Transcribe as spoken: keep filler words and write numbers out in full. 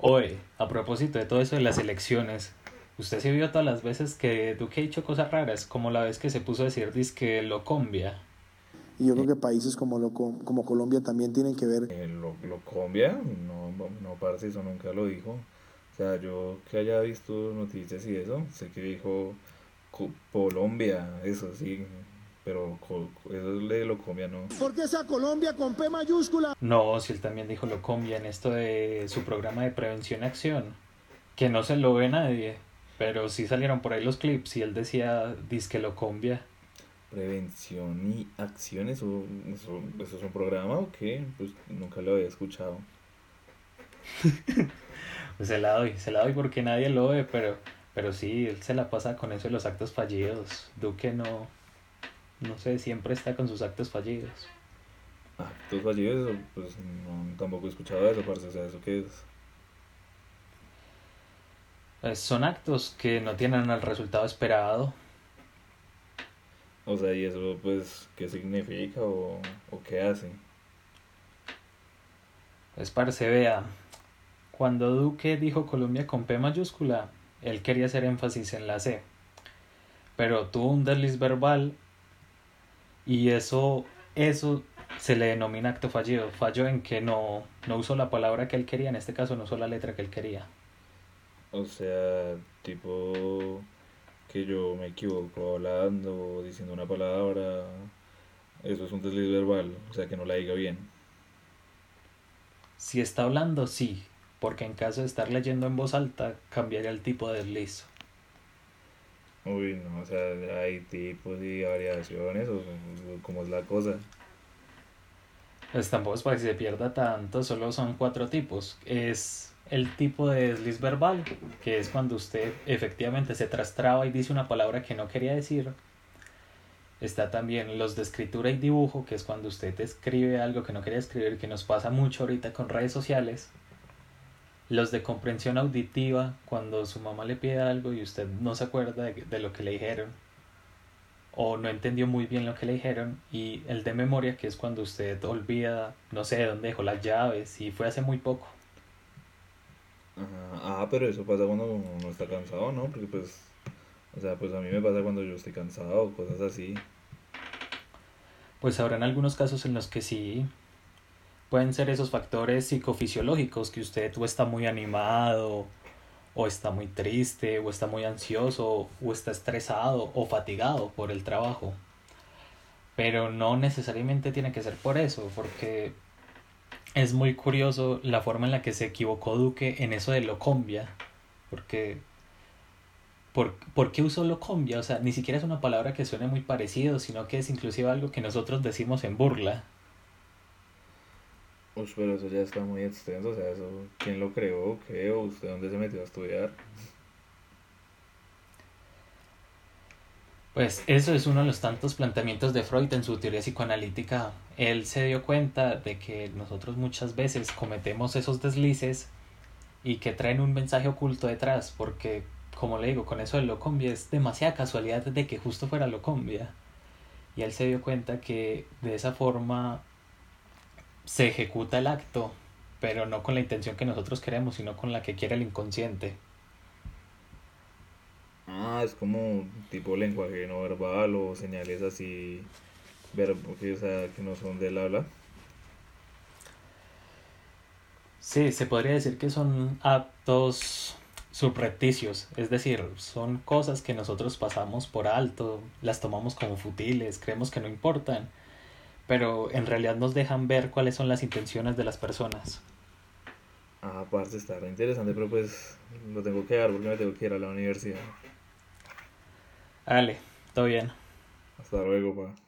Oye, a propósito de todo eso de las elecciones, ¿usted se vio todas las veces que Duque ha dicho cosas raras, como la vez que se puso a decir disque lo combia? Y yo creo que países como, lo, como Colombia también tienen que ver. Eh, ¿lo, lo cambia? No, no, no, parce, eso nunca lo dijo. O sea, yo que haya visto noticias y eso, sé que dijo Co- Colombia, eso sí, pero co- eso es de lo cambia, no. ¿Por qué esa Colombia con P mayúscula? No, si él también dijo lo combia en esto de su programa de prevención y acción, que no se lo ve nadie, pero sí salieron por ahí los clips y él decía disque lo combia. Prevención y acción, ¿eso, eso, eso es un programa o qué? Pues nunca lo había escuchado. Pues se la doy, se la doy porque nadie lo ve, pero, pero sí, él se la pasa con eso de los actos fallidos. Duque no, no sé, siempre está con sus actos fallidos. Actos fallidos, eso, pues no, tampoco he escuchado eso, parce, o sea, ¿eso qué es? Eh, Son actos que no tienen el resultado esperado. O sea, ¿y eso pues qué significa o, o qué hace? Es para se vea, cuando Duque dijo Colombia con P mayúscula, él quería hacer énfasis en la C, pero tuvo un desliz verbal y eso, eso se le denomina acto fallido. Fallo en que no, no usó la palabra que él quería, en este caso no usó la letra que él quería. O sea, tipo que yo me equivoco hablando o diciendo una palabra, eso es un desliz verbal, o sea, que no la diga bien. Si está hablando, sí, porque en caso de estar leyendo en voz alta, cambiaría el tipo de desliz. Uy, no, o sea, hay tipos y variaciones, o, o cómo es la cosa. Pues tampoco es para que se pierda tanto, solo son cuatro tipos. Es el tipo de desliz verbal, que es cuando usted efectivamente se trastraba y dice una palabra que no quería decir. Está también los de escritura y dibujo, que es cuando usted escribe algo que no quería escribir, que nos pasa mucho ahorita con redes sociales. Los de comprensión auditiva, cuando su mamá le pide algo y usted no se acuerda de, de lo que le dijeron o no entendió muy bien lo que le dijeron. Y el de memoria, que es cuando usted olvida, no sé dónde dejó las llaves y fue hace muy poco. Ajá. Ah, pero eso pasa cuando uno está cansado, ¿no? Porque pues, o sea, pues a mí me pasa cuando yo estoy cansado o cosas así. Pues habrán algunos casos en los que sí pueden ser esos factores psicofisiológicos, que usted o está muy animado o está muy triste o está muy ansioso o está estresado o fatigado por el trabajo. Pero no necesariamente tiene que ser por eso, porque es muy curioso la forma en la que se equivocó Duque en eso de locombia. Porque, ¿por, ¿por qué usó locombia? O sea, ni siquiera es una palabra que suene muy parecido, sino que es inclusive algo que nosotros decimos en burla. Uy, pero eso ya está muy extenso, o sea, eso, ¿quién lo creó? o ¿Qué? ¿O usted dónde se metió a estudiar? Pues eso es uno de los tantos planteamientos de Freud en su teoría psicoanalítica. Él se dio cuenta de que nosotros muchas veces cometemos esos deslices y que traen un mensaje oculto detrás, porque, como le digo, con eso de Locombia es demasiada casualidad de que justo fuera Locombia. Y él se dio cuenta que de esa forma se ejecuta el acto, pero no con la intención que nosotros queremos, sino con la que quiere el inconsciente. Ah, es como tipo lenguaje no verbal o señales así, verbo, que, o sea, que no son del habla. Sí, se podría decir que son actos subrepticios, es decir, son cosas que nosotros pasamos por alto, las tomamos como futiles, creemos que no importan, pero en realidad nos dejan ver cuáles son las intenciones de las personas. Ah, aparte está re interesante, pero pues lo tengo que dar porque me tengo que ir a la universidad. Vale, todo bien. Hasta luego, pa.